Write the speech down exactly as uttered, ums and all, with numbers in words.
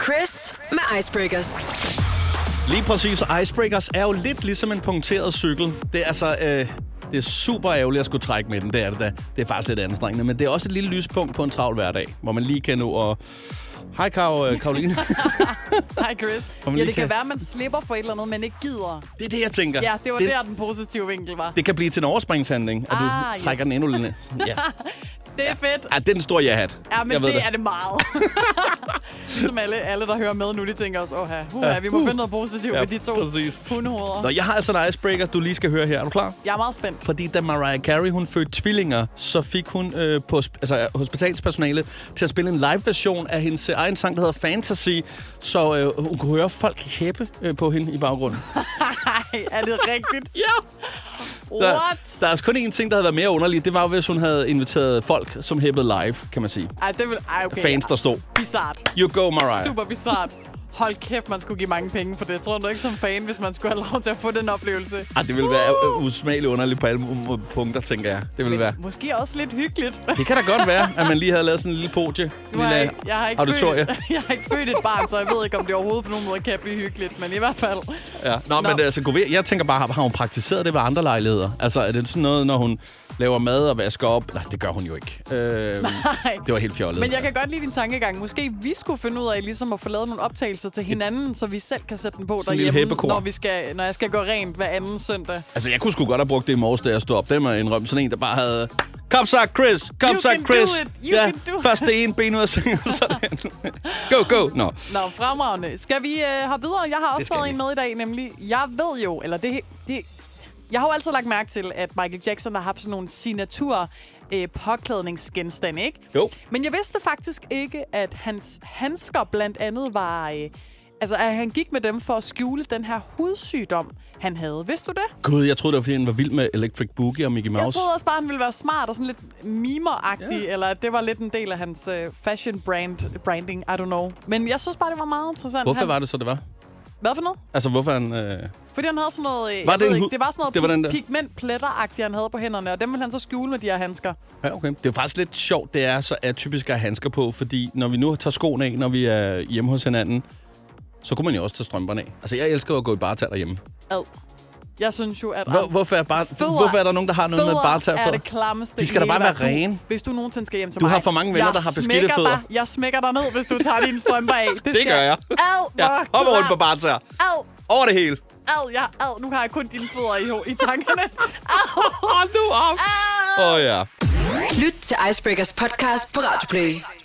Chris med Icebreakers. Lige præcis. Icebreakers er jo lidt ligesom en punkteret cykel. Det er altså... Øh, det er super ærgerligt at skulle trække med den. Det er det da. Det er faktisk lidt anstrengende. Men det er også et lille lyspunkt på en travl hverdag, hvor man lige kan nå og... Hej, Karo, Karoline. Hej, Chris. Ja, det kan, kan være, at man slipper for et eller andet, men ikke gider. Det er det, jeg tænker. Ja, det var det... der, den positive vinkel var. Det kan blive til en overspringshandling, at du ah, trækker yes. den endnu lidt ned. Ja. Det er fedt. Ja, det er den store ja-hat. Ja, men det, det er det meget. Ligesom alle, alle, der hører med nu, de tænker også, åh, ja, vi må uh. finde noget positivt ja, med de to præcis. hundehoveder. Nå, jeg har altså en icebreaker, du lige skal høre her. Er du klar? Jeg er meget spændt. Fordi da Mariah Carey, hun fødte tvillinger, så fik hun øh, på, altså, hospitalspersonale til at spille en live-version af hendes øh, egen sang, der hedder Fantasy, så øh, hun kunne høre folk hæppe øh, på hende i baggrunden. Nej, er det rigtigt? Ja! What? Der, der er kun én ting, der havde været mere underligt. Det var, hvis hun havde inviteret folk, som hæppede live, kan man sige. Ej, det vil... Ej, okay. Fans, der stod. Bizarrt. You go, Mariah. Super bizarrt. Hold kæft, man skulle give mange penge for det. Jeg tror du ikke som fan, hvis man skulle have lov til at få den oplevelse. Ej, det ville være uh. usmageligt underligt på alle punkter, tænker jeg. Det ville være. Måske også lidt hyggeligt. Det kan da godt være, at man lige havde lavet sådan en lille podie. Sådan en lille jeg, har ikke auditorie. Født, jeg har ikke født et barn, så jeg ved ikke, om det overhovedet på nogen måde kan blive hyggeligt. Men i hvert fald... Ja. Nå, Nå. men altså, jeg tænker bare, har hun praktiseret det ved andre lejligheder? Altså, er det sådan noget, når hun laver mad og vasker op? Nej, det gør hun jo ikke. Øh, Nej. Det var helt fjollet. Men jeg kan godt lide din tankegang. Måske vi skulle finde ud af ligesom at få lavet nogle optagelser til hinanden, så vi selv kan sætte den på sådan derhjemme, når, vi skal, når jeg skal gå rent hver anden søndag. Altså, jeg kunne sgu godt have brugt det i morges, da jeg stod op. Det må jeg indrømme. Sådan en, der bare havde... Kom så, Chris! Kom så, Chris! Ja, først det ene ben ud af sengen. Go, go! Nå. Nå, fremragende. Skal vi uh, have videre? Jeg har også taget en med i dag, nemlig... Jeg ved jo, eller det... det jeg har jo altid lagt mærke til, at Michael Jackson har haft sådan nogle signatur øh, påklædningsgenstande, ikke? Jo. Men jeg vidste faktisk ikke, at hans handsker blandt andet var... Øh, altså, at han gik med dem for at skjule den her hudsygdom, han havde. Vidste du det? Gud, jeg troede, det var, fordi han var vild med Electric Boogie og Mickey Mouse. Jeg troede også bare, han ville være smart og sådan lidt mimer-agtig, ja. Eller at det var lidt en del af hans øh, fashion brand, branding, I don't know. Men jeg synes bare, det var meget interessant. Hvorfor han... var det så, det var? Hvad for noget? Altså, hvorfor han... Øh... Fordi han havde sådan noget... Var det, ikke, det var sådan noget det var pigmentpletter-agtigt, han havde på hænderne, og dem ville han så skjule med de her handsker. Ja, okay. Det er faktisk lidt sjovt, det er så atypisk at have handsker på, fordi når vi nu tager skoene af, når vi er hjemme hos hinanden, så kunne man jo også tage strømperne af. Altså, jeg elsker at gå i barter derhjemme. Ad. Jeg synes jo, at... Hvor, hvorfor, er bar, hvorfor er der nogen, der har noget med barter for? Er det klammeste. De skal da bare være rene. Hvis du nogensinde skal hjem til du mig... Du har for mange venner, der har beskidte fødder. Dig, jeg smækker dig ned, hvis du tager dine strømper af. Det, det gør jeg. Ad, ja, hop rundt på barter. Ad. Over det hele. Ad, ja, ad. Nu har jeg kun dine fødder i, i tankerne. Hold nu op. Åh oh, ja. Lyt til Icebreakers podcast på Radio Play.